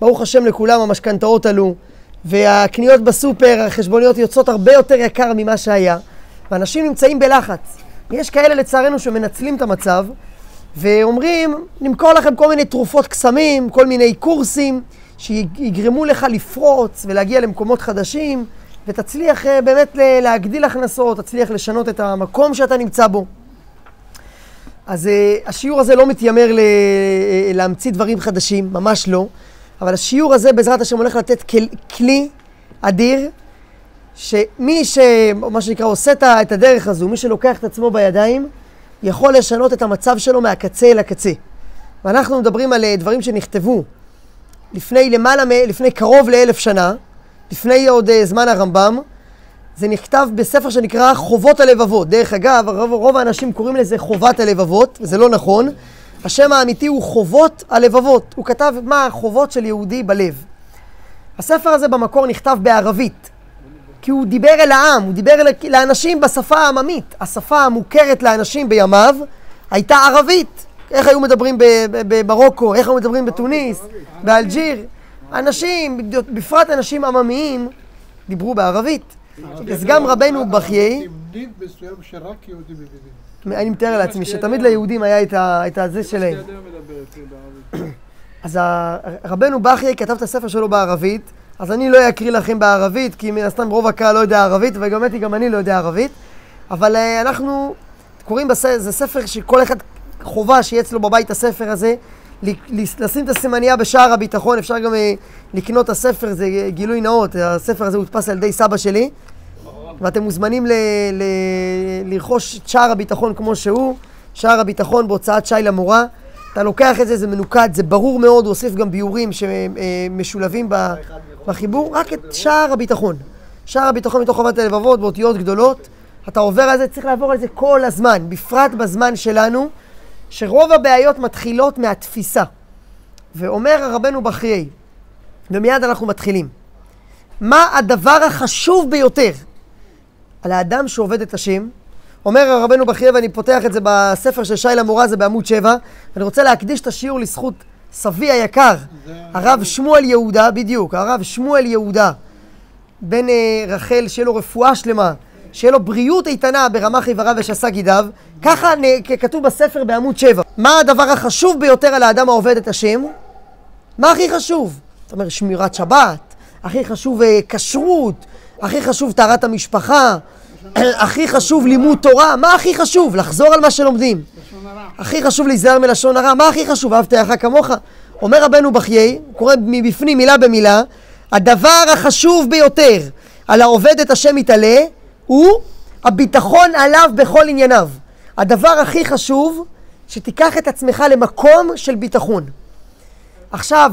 ברוך השם לכולם המשכנתאות עלו, והקניות בסופר, החשבוניות יוצאות הרבה יותר יקר ממה שהיה, ואנשים נמצאים בלחץ. יש כאלה לצערנו שמנצלים את המצב, ואומרים, נמכור לכם כל מיני תרופות קסמים, כל מיני קורסים, שיגרמו לך לפרוץ ולהגיע למקומות חדשים, ותצליח באמת להגדיל הכנסות, תצליח לשנות את המקום שאתה נמצא בו. אז השיעור הזה לא מתיימר להמציא דברים חדשים, ממש לא. אבל השיעור הזה בעזרת השם הולך לתת כלי אדיר, שמי מה שנקרא עושה את הדרך הזו, מי שלוקח את עצמו בידיים, יכול לשנות את המצב שלו מהקצה אל הקצה. ואנחנו מדברים על דברים שנכתבו לפני קרוב ל1000 שנה, לפני עוד זמן הרמב"ם. זה נכתב בספר שנקרא חובות הלבבות. דרך אגב, רוב האנשים קוראים לזה חובת הלבבות, וזה לא נכון. השם האמיתי הוא חובות הלבבות. הוא כתב מה החובות של יהודי בלב. הספר הזה במקור נכתב בערבית, כי הוא דיבר אל העם, הוא דיבר לאנשים בשפה העממית. השפה המוכרת לאנשים בימיו הייתה ערבית. איך היו מדברים במרוקו, איך היו מדברים בתוניס, באלג'יר. אנשים, בפרט אנשים עממיים, דיברו בערבית. אז גם רבנו בחיי, אני מתאר לעצמי שתמיד ליהודים היה את הזה שלהם. אז רבנו בחיי כתב את הספר שלו בערבית, אז אני לא אקריא לכם בערבית, כי מן הסתם רוב הקהל לא יודע ערבית, וגם אני לא יודע ערבית. אבל אנחנו קוראים זה ספר שכל אחד חובה שיהיה אצלו בבית הספר הזה, לשים את הסימניה בשער הביטחון. אפשר גם לקנות את הספר, זה גילוי נאות, הספר הזה הודפס על ידי סבא שלי, ואתם מוזמנים לרכוש את שער הביטחון כמו שהוא, שער הביטחון בהוצאת שי למורה. אתה לוקח את זה, זה מנוקד, זה ברור מאוד, הוא הוסיף גם ביורים שמשולבים בחיבור, רק את שער הביטחון. שער הביטחון מתוך חובת הלבבות, באותיות גדולות. אתה עובר על זה, צריך לעבור על זה כל הזמן, בפרט בזמן שלנו, שרוב הבעיות מתחילות מהתפיסה. ואומר הרבנו בחיי, ומיד אנחנו מתחילים, מה הדבר החשוב ביותר על האדם שעובד את השם? אומר הרבנו בחיי, ואני פותח את זה בספר של שי למורה, זה בעמוד 7, אני רוצה להקדיש את השיעור לזכות סבי היקר, הרב שמואל יהודה, בדיוק, הרב שמואל יהודה, בן רחל, שיהיה לו רפואה שלמה, שיהיה לו בריאות איתנה ברמ"ח איבריו ושס"ה גידיו. ככה כתוב בספר בעמוד 7. מה הדבר החשוב ביותר על האדם העובד את השם? מה הכי חשוב? זאת אומרת, שמירת שבת, הכי חשוב כשרות, הכי חשוב טהרת המשפחה, הכי חשוב לימוד תורה. מה הכי חשוב? לחזור על מה שלומדים. הכי חשוב להיזהר מלשון הרע. מה הכי חשוב? אהבת לרעך כמוך. אומר רבנו בחיי, קורא מבפנים מילה במילה, הדבר החשוב ביותר על העובד את השם מתעלה הוא הביטחון עליו בכל ענייניו. הדבר הכי חשוב, שתיקח את עצמך למקום של ביטחון. עכשיו,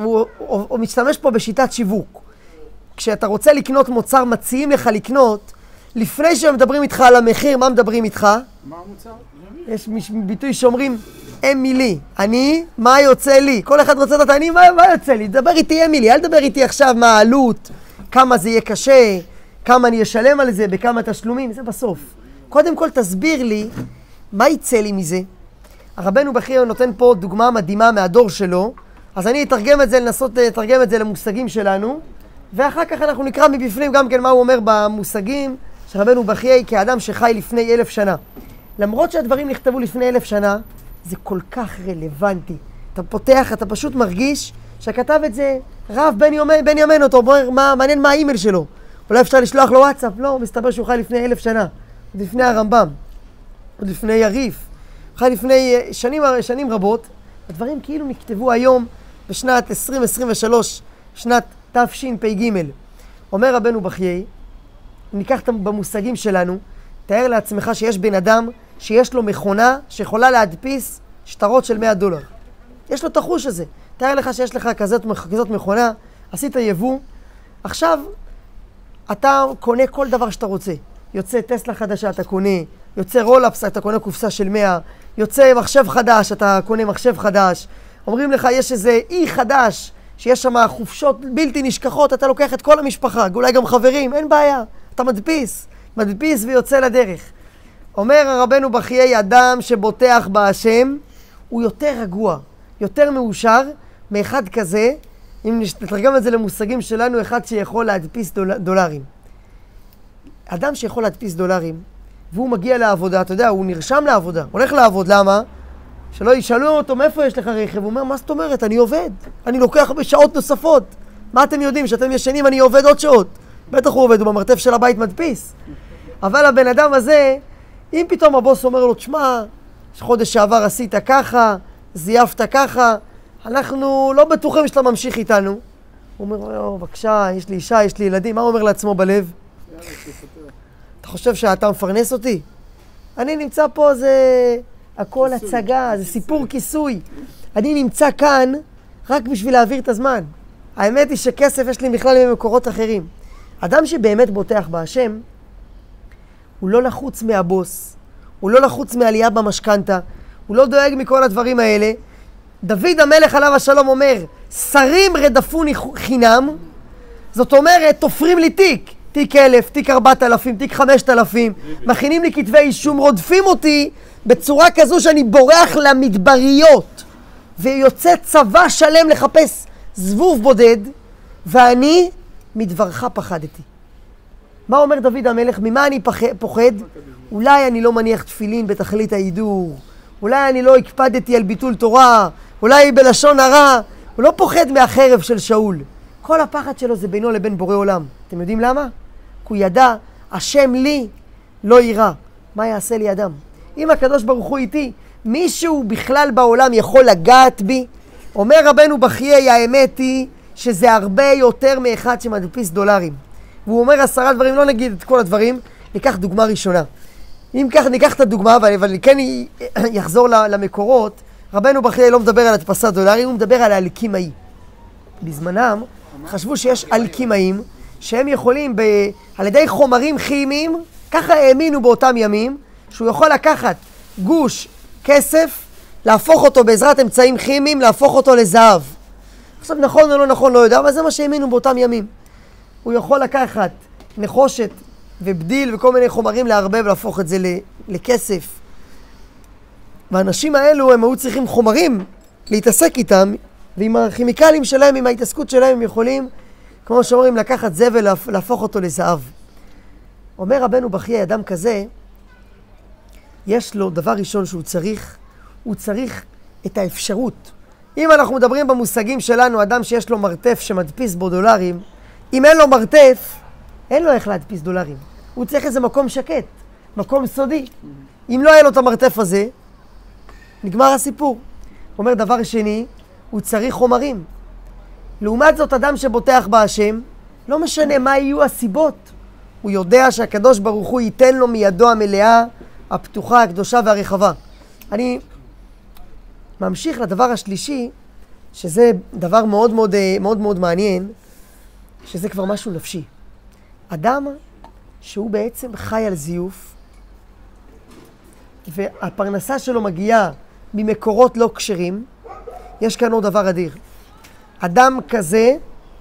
הוא משתמש פה בשיטת שיווק. כשאתה רוצה לקנות מוצר, מציעים לך לקנות, לפני שמדברים איתך על המחיר, מה מדברים איתך? מה המוצר? יש ביטוי שאומרים, אמילי, אני, מה יוצא לי? כל אחד רוצה לדעת, אני, מה יוצא לי? דבר איתי אמילי, אל דבר איתי עכשיו מה העלות, כמה זה יהיה קשה, כמה אני אשלם על זה, בכמה תשלומים, זה בסוף. קודם כל תסביר לי, מה יצא לי מזה? הרבנו בחיי נותן פה דוגמה מדהימה מהדור שלו, אז אני אתרגם את זה, לנסות לתרגם את זה למושגים שלנו, ואחר כך אנחנו נקרא מבפנים גם כן מה הוא אומר במושגים של רבנו בחיי כאדם שחי לפני 1000 שנה. למרות שהדברים נכתבו לפני 1000 שנה, זה כל כך רלוונטי. אתה פותח, אתה פשוט מרגיש שכתב את זה רב בן ימינו, אתה אומר, מעניין מה האימייל שלו. אולי אפשר לשלוח לו וואטסאפ, לא, מסתבר שהוא חי לפני 1000 שנה, עוד לפני הרמב"ם, עוד לפני יריף, חי לפני שנים רבות. הדברים כאילו נכתבו היום בשנת 2023, שנת תשפ"ג. אומר רבנו בחיי, ניקח במושגים שלנו, תאר לעצמך שיש בן אדם שיש לו מכונה שיכולה להדפיס שטרות של $100. יש לו את החוש הזה. תאר לך שיש לך כזאת מכונה, עשית יבוא, עכשיו אתה קונה כל דבר שאתה רוצה. יוצא טסלה חדשה, אתה קונה, יוצא רולאפס, אתה קונה קופסה של 100, יוצא מחשב חדש, אתה קונה מחשב חדש. אומרים לך, יש איזה אי חדש, שיש שם חופשות בלתי נשכחות, אתה לוקח את כל המשפחה, אולי גם חברים, אין בעיה. אתה מדפיס ויוצא לדרך. אומר הרבנו בחיי, אדם שבוטח בהשם, הוא יותר רגוע, יותר מאושר, מאחד כזה, אם נתרגם את זה למושגים שלנו, אחד שיכול להדפיס דולרים. אדם שיכול להדפיס דולרים, והוא מגיע לעבודה, אתה יודע, הוא נרשם לעבודה, הולך לעבוד, למה? שלא ישאלו אותו, מאיפה יש לך רכב? הוא אומר, מה זאת אומרת? אני עובד, אני לוקח בשעות נוספות. מה אתם יודעים? שאתם ישנים, אני עובד עוד שעות. בטח הוא עובד, הוא במרתף של הבית מדפיס. אבל הבן אדם הזה, אם פתאום הבוס אומר לו, תשמע, חודש שעבר עשית ככה, זייפת ככה, אנחנו לא בטוחים שאתה ממשיך איתנו. הוא אומר, בבקשה, יש לי אישה, יש לי ילדים. מה הוא אומר לעצמו בלב? אתה חושב שאתה מפרנס אותי? אני נמצא פה, זה הכל הצגה, זה סיפור כיסוי. אני נמצא כאן רק בשביל להעביר את הזמן. האמת היא שכסף יש לי בכלל ממקורות אחרים. אדם שבאמת בוטח בהשם, הוא לא לחוץ מהבוס, הוא לא לחוץ מעלייה במשכנתה, הוא לא דואג מכל הדברים האלה. דוד המלך עליו השלום אומר, שרים רדפוני חינם, זאת אומרת, תופרים לי תיק, תיק 1,000, תיק 4,000, תיק 5,000, מכינים לי כתבי אישום, רודפים אותי בצורה כזו שאני בורח למדבריות, ויוצא צבא שלם לחפש זבוב בודד, ואני מדברך פחדתי. מה אומר דוד המלך? ממה אני פוחד? אולי אני לא מניח תפילין בתכלית ההידור, אולי אני לא הקפדתי על ביטול תורה, אולי בלשון הרע. הוא לא פוחד מהחרב של שאול. כל הפחד שלו זה בינו לבין בורא עולם. אתם יודעים למה? כי הוא ידע, השם לי לא יירא. מה יעשה לי אדם? אם הקדוש ברוך הוא איתי, מישהו בכלל בעולם יכול לגעת בי? אומר רבנו בחיי, האמת היא שזה הרבה יותר מאחד שמדפיס דולרים. והוא אומר 10 דברים, לא נגיד את כל הדברים, ניקח דוגמה ראשונה. אם כך ניקח את הדוגמה, אבל כן יחזור למקורות, רבנו בחיי לא מדבר על הדפסת דולרים, הוא מדבר על האלכימאי. בזמנם חשבו שיש אלכימאים שהם יכולים על ידי חומרים כימיים, ככה האמינו באותם ימים, שהוא יכול לקחת גוש כסף, להפוך אותו בעזרת אמצעים כימיים, להפוך אותו לזהב. עכשיו נכון או לא נכון לא יודע, אבל זה מה שהאמינו באותם ימים. הוא יכול לקחת נחושת ובדיל וכל מיני חומרים להרבב ולהפוך את זה לכסף. והאנשים האלו הם היו צריכים חומרים להתעסק איתם, ועם הכימיקלים שלהם, עם ההתעסקות שלהם, הם יכולים, כמו שאומרים, לקחת זבל ולהפוך אותו לזהב. אומר רבנו בחיי, אדם כזה, יש לו דבר ראשון שהוא צריך, הוא צריך את האפשרות. אם אנחנו מדברים במושגים שלנו, אדם שיש לו מרתף שמדפיס בו דולרים, אם אין לו מרתף, אין לו איך להדפיס דולרים. הוא צריך איזה מקום שקט, מקום סודי. אם לא יהיה לו את המרתף הזה, נגמר הסיפור. אומר דבר שני, הוא צריך חומרים. לעומת זאת, אדם שבוטח בהשם, לא משנה מה יהיו הסיבות. הוא יודע שהקדוש ברוך הוא ייתן לו מידו המלאה, הפתוחה, הקדושה והרחבה. אני ממשיך לדבר השלישי, שזה דבר מאוד מאוד, מאוד, מאוד מעניין, שזה כבר משהו נפשי. אדם שהוא בעצם חי על זיוף, והפרנסה שלו מגיעה ממקורות לא כשרים, יש כאן עוד דבר אדיר. אדם כזה,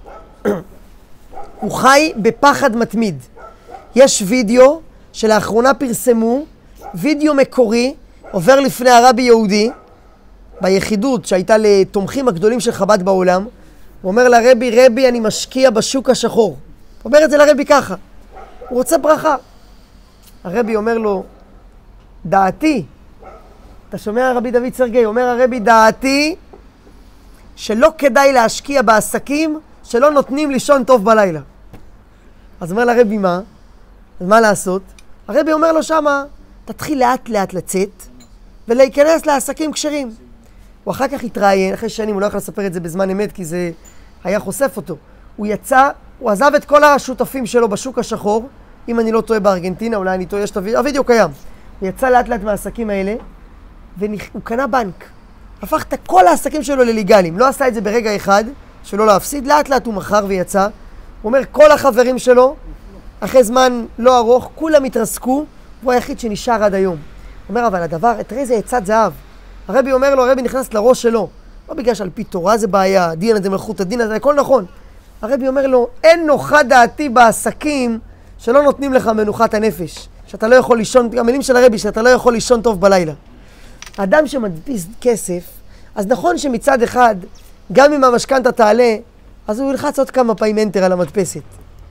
הוא חי בפחד מתמיד. יש וידאו שלאחרונה פרסמו, וידאו מקורי, עובר לפני הרבי יהודי, ביחידות שהייתה לתומכים הגדולים של חב"ד בעולם, הוא אומר לרבי, רבי, אני משקיע בשוק השחור. הוא אומר את זה לרבי ככה, הוא רוצה ברכה. הרבי אומר לו, דעתי, אתה שומע רבי דוד סרגי, אומר הרבי, דעתי, שלא כדאי להשקיע בעסקים שלא נותנים לישון טוב בלילה. אז אומר לרבי מה? אז מה לעשות? הרבי אומר לו שמה, תתחיל לאט לאט לצאת ולהיכנס לעסקים כשרים. הוא אחר כך התראיין, אחרי שנים, הוא לא יכול לספר את זה בזמן אמת כי זה היה חושף אותו. הוא יצא, הוא עזב את כל השותפים שלו בשוק השחור, אם אני לא טועה בארגנטינה, אולי אני טועה, יש את הוידאו קיים. הוא יצא לאט לאט מהעסקים האלה, והוא קנה בנק. הפך את כל העסקים שלו לליגליים. לא עשה את זה ברגע אחד, שלא להפסיד, לאט לאט הוא מכר ויצא. הוא אומר, כל החברים שלו, אחרי זמן לא ארוך, כולם התרסקו, והוא היחיד שנשאר עד היום. הוא אומר, אבל הדבר, תראה איזה עצת זהב. הרבי אומר לו, הרבי נכנס לראש שלו. לא בגלל שעל פי תורה זה בעיה, דין הזה מלכות הדין הזה, הכל נכון. הרבי אומר לו, אין נוחה דעתי בעסקים שלא נותנים לך מנוחת הנפש. שאתה לא יכול לישון, המילים של הרבי, שאתה לא יכול לישון טוב בלילה. האדם שמדפיס כסף, אז נכון שמצד אחד, גם אם המשכנתה תעלה, אז הוא ילחץ עוד כמה פעמים אנטר על המדפסת.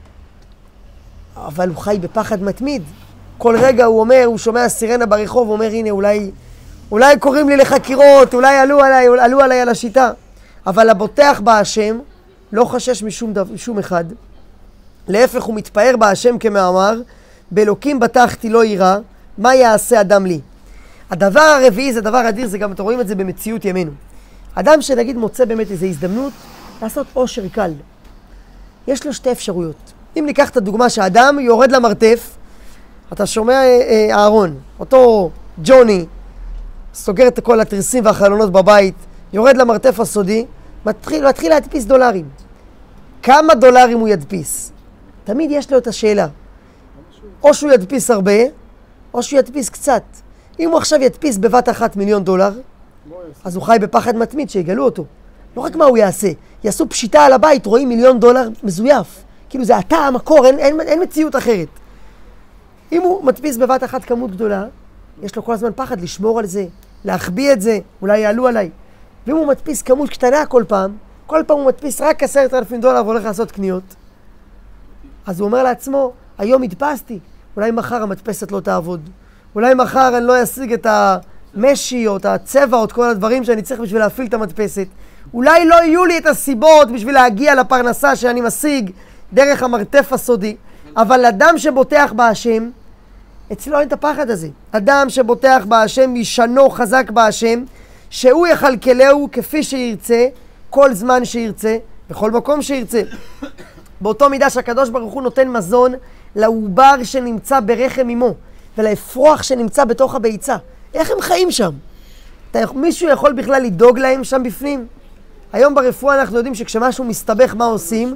אבל הוא חי בפחד מתמיד. כל רגע הוא אומר, הוא שומע סירנה ברחוב, הוא אומר, הנה, אולי קוראים לי לחקירות, אולי עלו עליי על השיטה. אבל הבוטח בהשם לא חשש משום אחד. להפך, הוא מתפאר בהשם כמאמר, באלוקים בטחתי לא יירא, מה יעשה אדם לי? הדבר הרביעי זה דבר אדיר, זה גם אתם רואים את זה במציאות ימינו. אדם שנגיד מוצא באמת איזו הזדמנות לעשות עושר קל. יש לו שתי אפשרויות. אם ניקח את הדוגמה שהאדם יורד למרתף, אתה שומע אהרון, אותו ג'וני, סוגר את כל התריסים והחלונות בבית, יורד למרתף הסודי, מתחיל להדפיס דולרים. כמה דולרים הוא ידפיס? תמיד יש לו את השאלה. או שהוא ידפיס הרבה, או שהוא ידפיס קצת. אם הוא עכשיו ידפיס בבת אחת $1,000,000, אז הוא חי בפחד מתמיד שיגלו אותו. לא רק מה הוא יעשה, יעשו פשיטה על הבית, רואים $1,000,000 מזויף. כאילו זה אתה המקור, אין מציאות אחרת. אם הוא מדפיס בבת אחת כמות גדולה, יש לו כל הזמן פחד לשמור על זה, להחביא את זה, אולי יעלו עליי. ואם הוא מדפיס כמות קטנה כל פעם הוא מדפיס רק $10,000 והולך לעשות קניות, אז הוא אומר לעצמו, היום הדפסתי, אולי מחר המדפסת לא תעבוד. אולי מחר אני לא אשיג את המשי או את הצבע או את כל הדברים שאני צריך בשביל להפעיל את המדפסת. אולי לא יהיו לי את הסיבות בשביל להגיע לפרנסה שאני משיג דרך המרתף הסודי. אבל אדם שבוטח בהשם, אצלו אין את הפחד הזה. אדם שבוטח בהשם, ישנו חזק בהשם, שהוא יכלכלהו כפי שירצה, כל זמן שירצה, בכל מקום שירצה. באותו מידה שהקדוש ברוך הוא נותן מזון לעובר שנמצא ברחם אמו, ולאפרוח שנמצא בתוך הביצה. איך הם חיים שם? מישהו יכול בכלל לדאוג להם שם בפנים? היום ברפואה אנחנו יודעים שכשמשהו מסתבך, מה עושים?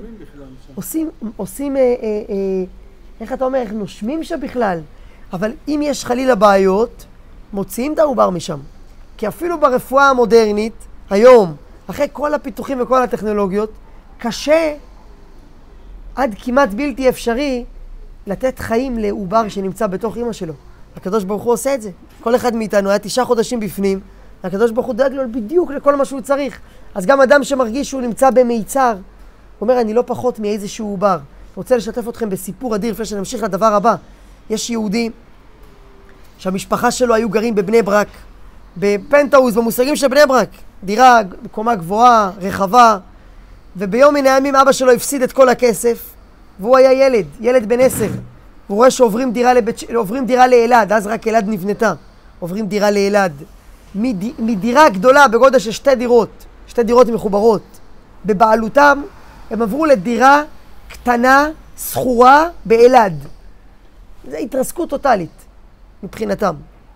עושים, איך אתה אומר, איך נושמים שם בכלל? אבל אם יש חלילה בעיות, מוציאים את העובר משם. כי אפילו ברפואה המודרנית, היום, אחרי כל הפיתוחים וכל הטכנולוגיות, קשה עד כמעט בלתי אפשרי לתת חיים לעובר שנמצא בתוך אמא שלו. הקדוש ברוך הוא עושה את זה. כל אחד מאיתנו היה 9 חודשים בפנים, הקדוש ברוך הוא דאג לו בדיוק לכל מה שהוא צריך. אז גם אדם שמרגיש שהוא נמצא במיצר, הוא אומר, אני לא פחות מאיזשהו עובר. אני רוצה לשתף אתכם בסיפור אדיר, לפני שנמשיך לדבר הבא. יש יהודי שהמשפחה שלו היו גרים בבני ברק, בפנטהאוז, במושגים של בני ברק. דירה בקומה גבוהה, רחבה, וביום מן הימים אבא שלו הפסיד את כל הכסף, והוא היה ילד בן 10. הוא רואה שעוברים דירה לאלעד, אז רק אלעד נבנתה. עוברים דירה לאלעד. מדירה גדולה בגודל של 2 דירות מחוברות. בבעלותם הם עברו לדירה קטנה, סחורה, באלעד. זו התרסקות טוטלית מבחינתם.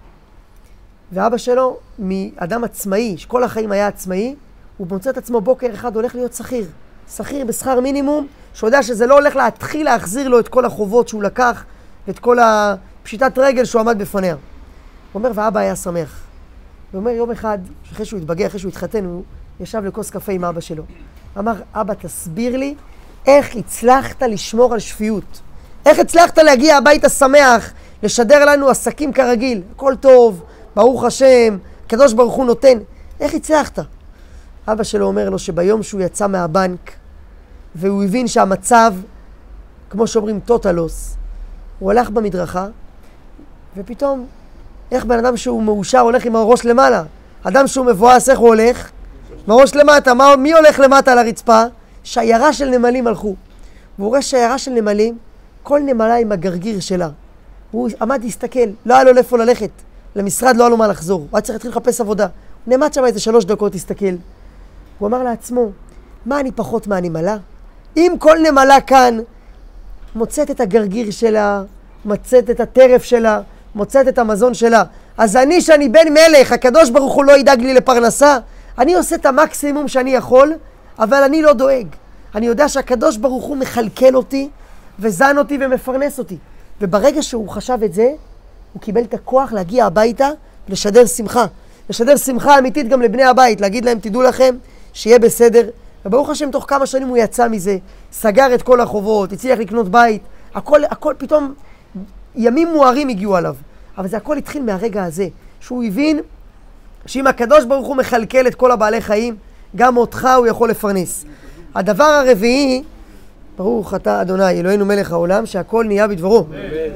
ואבא שלו, מאדם עצמאי, שכל החיים היה עצמאי, הוא מוצא את עצמו בוקר אחד הולך להיות שכיר בשכר מינימום, שיודע שזה לא הולך להתחיל להחזיר לו את כל החובות שהוא לקח, ואת כל הפשיטת רגל שהוא עמד בפניה. הוא אומר, ואבא היה שמח. הוא אומר, יום אחד, אחרי שהוא התבגר, אחרי שהוא התחתן, הוא ישב לכוס קפה עם אבא שלו. אמר, אבא, תסביר לי איך הצלחת לשמור על שפיות. איך הצלחת להגיע הביתה שמח, לשדר לנו עסקים כרגיל. הכל טוב, ברוך השם, הקדוש ברוך הוא נותן. איך הצלחת? אבא שלו אומר לו שביום שהוא יצא מהבנק, והוא הבין שהמצב, כמו שאומרים, טוטלוס, הוא הלך במדרכה, ופתאום, איך בן אדם שהוא מאושר הולך עם הראש למעלה? אדם שהוא מבואס, איך הוא הולך? מהראש למטה. מי הולך למטה על הרצפה? שיירה של נמלים הלכו. והוא רואה שיירה של נמלים, כל נמלה עם הגרגיר שלה. הוא עמד להסתכל, לא היה לו לאיפה ללכת. למשרד לא היה לו מה לחזור. הוא היה צריך להתחיל לחפש עבודה. הוא נעמד שם איזה 3 דקות, הסתכל. הוא אמר לעצמו, מה אני פחות מהנמלה? אם כל נמלה כאן מוצאת את הגרגיר שלה, מוצאת את הטרף שלה, מוצאת את המזון שלה, אז שאני בן מלך, הקדוש ברוך הוא לא ידאג לי לפרנסה, אני עושה את המקסימום שאני יכול, אבל אני לא דואג. אני יודע שהקדוש ברוך הוא מחלקל אותי, וזן אותי ומפרנס אותי. וברגע שהוא חשב את זה, הוא קיבל את הכוח להגיע הביתה, לשדר שמחה. לשדר שמחה אמיתית גם לבני הבית, להגיד להם, תדעו לכם, שיהיה בסדר. וברוך השם, תוך כמה שנים הוא יצא מזה, סגר את כל החובות, הצליח לקנות בית, הכל פתאום, ימים מוארים הגיעו עליו. אבל זה הכל התחיל מהרגע הזה, שהוא הבין שאם הקדוש ברוך הוא מחלקל את כל הבעלי חיים, גם אותך הוא יכול לפרנס. הדבר הרביעי, ברוך אתה אדוני אלוהינו מלך העולם שהכל נהיה בדברו.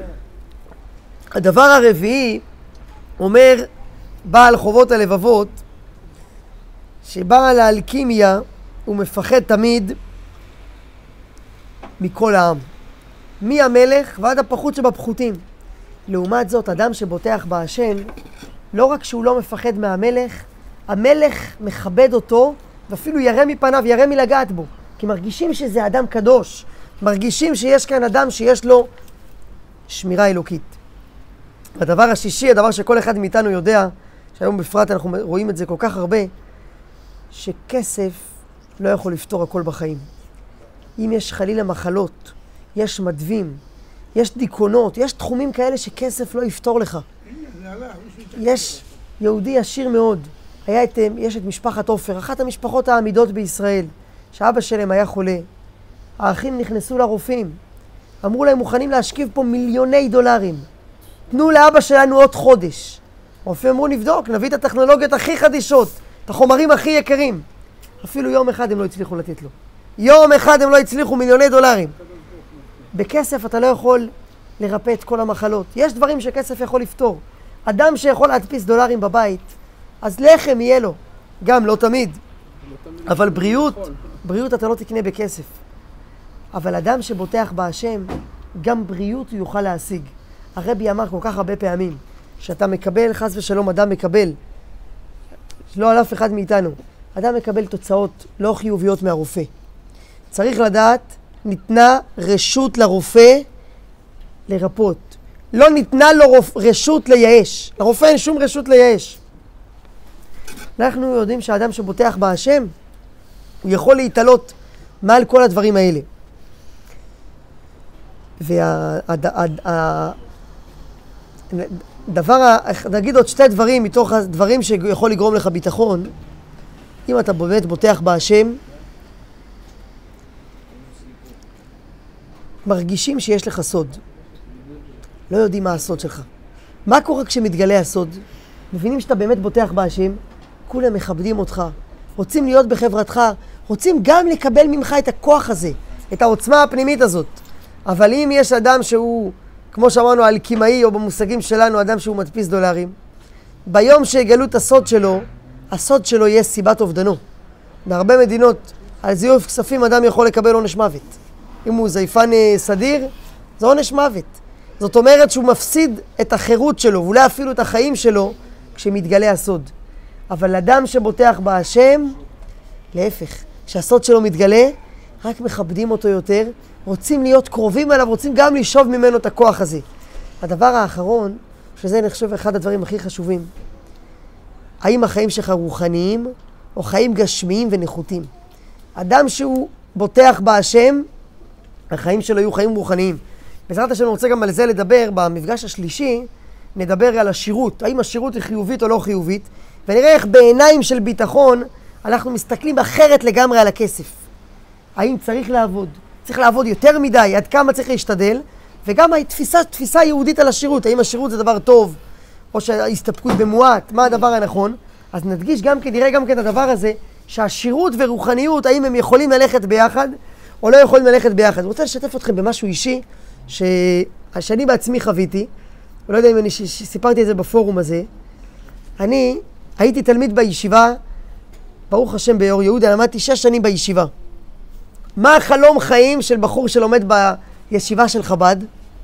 הדבר הרביעי אומר בעל חובות הלבבות, שבעל האלכימיה הוא מפחד תמיד מכל העם, מי המלך ועד הפחות שבפחותים. לעומת זאת, אדם שבוטח בהשם, לא רק שהוא לא מפחד מהמלך, המלך מכבד אותו ואפילו ירא מפניו, ירא מלגעת בו, כי מרגישים שזה אדם קדוש, מרגישים שיש כאן אדם שיש לו שמירה אלוקית. הדבר השישי, הדבר שכל אחד מאיתנו יודע, שהיום בפרט אנחנו רואים את זה כל כך הרבה, שכסף לא יכול לפתור הכל בחיים. אם יש חלילה מחלות, יש מדווים, יש דיכאונות, יש תחומים כאלה שכסף לא יפתור לך. יש יהודי עשיר מאוד, יש את משפחת עופר, אחת המשפחות העמידות בישראל, שאבא שלהם היה חולה. האחים נכנסו לרופאים, אמרו להם מוכנים להשכיב פה מיליוני דולרים, תנו לאבא שלנו עוד חודש. הרופאים אמרו נבדוק, נביא את הטכנולוגיות הכי חדישות, את החומרים הכי יקרים. אפילו יום אחד הם לא הצליחו לתת לו. יום אחד הם לא הצליחו, מיליוני דולרים. בכסף אתה לא יכול לרפא את כל המחלות. יש דברים שכסף יכול לפתור. אדם שיכול להדפיס דולרים בבית, אז לחם יהיה לו. גם לא תמיד. אבל בריאות אתה לא תקנה בכסף. אבל אדם שבוטח בהשם, גם בריאות הוא יוכל להשיג. הרבי אמר כל כך הרבה פעמים, שאתה מקבל, חס ושלום, אדם מקבל, לא על אף אחד מאיתנו, אדם מקבל תוצאות לא חיוביות מהרופא. צריך לדעת, ניתנה רשות לרופא לרפות. לא ניתנה לו רשות לייאש. לרופא אין שום רשות לייאש. אנחנו יודעים שהאדם שבוטח בהשם, הוא יכול להתעלות מעל כל הדברים האלה. נגיד עוד שתי דברים מתוך הדברים שיכול לגרום לך ביטחון. אם אתה באמת בוטח בהשם, מרגישים שיש לך סוד. לא יודעים מה הסוד שלך. מה קורה כשמתגלה הסוד? מבינים שאתה באמת בוטח בהשם, כולם מכבדים אותך, רוצים להיות בחברתך, רוצים גם לקבל ממך את הכוח הזה, את העוצמה הפנימית הזאת. אבל אם יש אדם שהוא, כמו שאמרנו, אלכימאי, או במושגים שלנו, אדם שהוא מדפיס דולרים, ביום שיגלו את הסוד שלו יהיה סיבת אובדנו. בהרבה מדינות, על זיוף כספים אדם יכול לקבל עונש מוות. אם הוא זייפן סדיר, זה עונש מוות. זאת אומרת שהוא מפסיד את החירות שלו, ואולי אפילו את החיים שלו, כשמתגלה הסוד. אבל אדם שבוטח בהשם, להפך, כשהסוד שלו מתגלה, רק מכבדים אותו יותר, רוצים להיות קרובים אליו, רוצים גם לשאוב ממנו את הכוח הזה. הדבר האחרון, שזה אני חושב אחד הדברים הכי חשובים, האם החיים שלך רוחניים, או חיים גשמיים ונחותים. אדם שהוא בוטח בהשם, החיים שלו יהיו חיים רוחניים. בעזרת השם אני רוצה גם על זה לדבר, במפגש השלישי, נדבר על השירות, האם השירות היא חיובית או לא חיובית, ונראה איך בעיניים של ביטחון, אנחנו מסתכלים אחרת לגמרי על הכסף. האם צריך לעבוד יותר מדי, עד כמה צריך להשתדל, וגם תפיסה יהודית על השירות, האם השירות זה דבר טוב, או שההסתפקות במועט, מה הדבר הנכון. אז נדגיש גם כן, נראה גם כן הדבר הזה, שהשירות ורוחניות, האם הם יכולים ללכת ביחד, או לא יכולים ללכת ביחד. אני רוצה לשתף אתכם במשהו אישי, שאני בעצמי חוויתי, ולא יודע אם אני סיפרתי את זה בפורום הזה. אני הייתי תלמיד בישיבה, ברוך השם באור יהודה, למדתי 6 שנים בישיבה. מה החלום חיים של בחור שלומד בישיבה של חב"ד?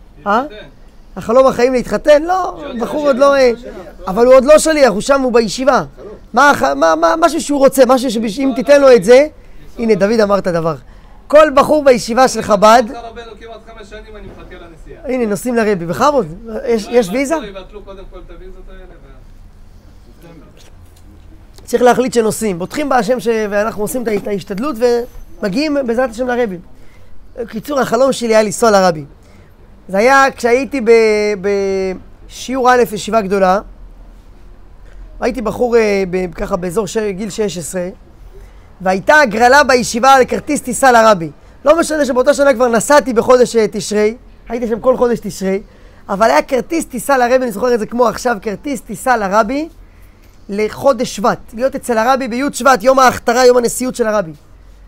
החלום החיים להתחתן? לא, בחור עוד לא... אבל הוא עוד לא שליח, הוא שם, הוא בישיבה. משהו שהוא רוצה, משהו שאם תיתן לו את זה, הנה דוד אמר את הדבר. כל בחור בישיבה של חב"ד... כמעט 5 שנים אני מחכה לנסיעה. הנה, נוסעים לרבי. בכבוד, יש ויזה? יבטלו קודם כל את הוויזות האלה. צריך להחליט שנוסעים. בוטחים בהשם ואנחנו עושים את ההשתדלות ומגיעים בעזרת השם לרבי. קיצור, החלום שלי היה לנסוע לרבי. זה היה כשהייתי בשיעור א' ישיבה גדולה. הייתי בחור ככה באזור גיל 16, והייתה הגרלה בישיבה לכרטיס טיסה לרבי. לא משנה שבאותה שנה כבר נסעתי בחודש תשרי, הייתי שם כל חודש תשרי, אבל היה כרטיס טיסה לרבי, אני זוכר את זה כמו עכשיו, כרטיס טיסה לרבי לחודש שבט, להיות אצל הרבי בי' שבט, יום ההכתרה, יום הנשיאות של הרבי.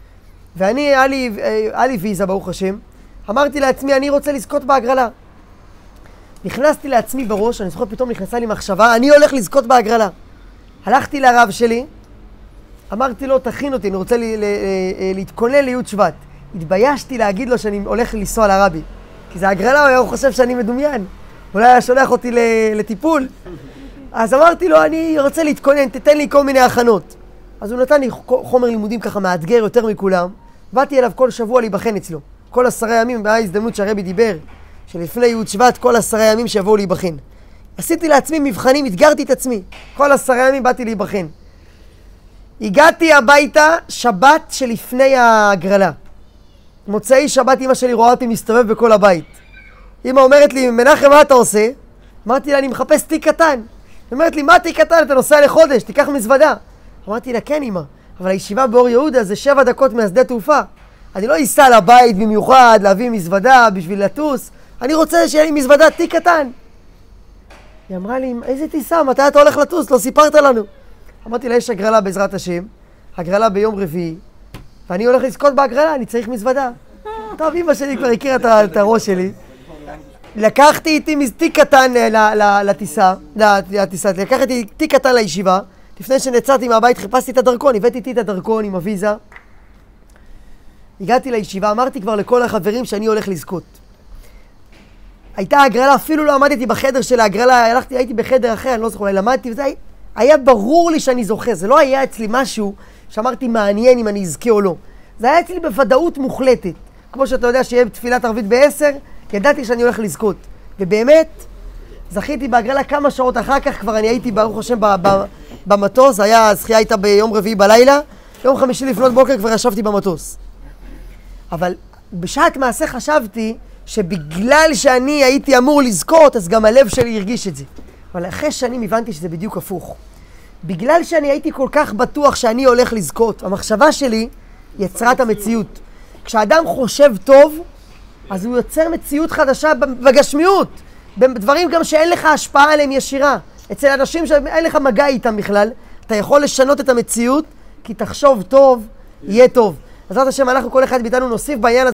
ואני, היה לי ויזה, ברוך השם, אמרתי לעצמי, אני רוצה לזכות בהגרלה. נכנסתי לעצמי בראש, אני זוכר פתאום נכנסה לי מחשבה, אני הולך לזכות בהגרלה. הלכתי לרב שלי, אמרתי לו, תכין אותי, אני רוצה להתכונן לי' שבט. התביישתי להגיד לו שאני הולך לנסוע לרבי. כי זה הגרלה, הוא חושב שאני מדומיין. אולי היה שולח אותי לטיפול. אז אמרתי לו, אני רוצה להתכונן, תתן לי כל מיני הכנות. אז הוא נתן לי חומר לימודים ככה מאתגר יותר מכולם. באתי אליו כל שבוע להיבחן אצלו. כל 10 ימים, היה הזדמנות שהרבי דיבר, שלפני י' שבט כל 10 ימים שיבואו להיבחן. עשיתי לעצמי מבחנים, התגרתי את עצמי. כל 10 ימים באתי להיבחן. הגעתי הביתה שבת שלפני הגרלה. מוצאי שבת אמא שלי רואה אותי מסתובב בכל הבית. אמא אומרת לי, מנחם, מה אתה עושה? אמרתי לה, אני מחפש תיק קטן. היא אומרת לי, מה תיק קטן? אתה נוסע לחודש, תיקח מזוודה. אמרתי לה, כן אמא, אבל הישיבה באור יהודה זה 7 דקות מהשדה תעופה. אני לא אסע לבית במיוחד להביא מזוודה בשביל לטוס. אני רוצה שיהיה לי מזוודה, תיק קטן. היא אמרה לי, איזה טיסה? מתי אתה הולך לטוס? לא סיפרת לנו. אמרתי לה, יש הגרלה בעזרת השם, הגרלה ביום רביעי, ואני הולך לזכות בהגרלה, אני צריך מזוודה. טוב, אמא שלי כבר הכירה את הראש שלי. לקחתי איתי תיק קטן לטיסה, לקחתי תיק קטן לישיבה, לפני שנצאתי מהבית חיפשתי את הדרכון, הבאתי איתי את הדרכון עם הוויזה. הגעתי לישיבה, אמרתי כבר לכל החברים שאני הולך לזכות. הייתה הגרלה, אפילו לא עמדתי בחדר של ההגרלה, הייתי בחדר אחר, אני לא זוכר, למדתי, וזה היה ברור לי שאני זוכה, זה לא היה אצלי משהו שאמרתי מעניין אם אני אזכה או לא. זה היה אצלי בוודאות מוחלטת. כמו שאתה יודע שיהיה תפילת ערבית ב10, ידעתי שאני הולך לזכות. ובאמת, זכיתי בהגרלה כמה שעות אחר כך, כבר אני הייתי ברוך השם במטוס, הזכייה הייתה ביום רביעי בלילה, יום חמישי לפנות בוקר כבר ישבתי במטוס. אבל בשעת מעשה חשבתי שבגלל שאני הייתי אמור לזכות, אז גם הלב שלי הרגיש את זה. אבל אחרי שנים הבנתי שזה בדיוק הפוך. בגלל שאני הייתי כל כך בטוח שאני הולך לזכות, המחשבה שלי יצרה את המציאות. כשאדם חושב טוב, אז הוא יוצר מציאות חדשה בגשמיות, בדברים גם שאין לך השפעה עליהם ישירה. אצל אנשים שאין לך מגע איתם בכלל, אתה יכול לשנות את המציאות, כי תחשוב טוב, יהיה טוב. בעזרת השם, אנחנו כל אחד מאיתנו נוסיף בעניין הזה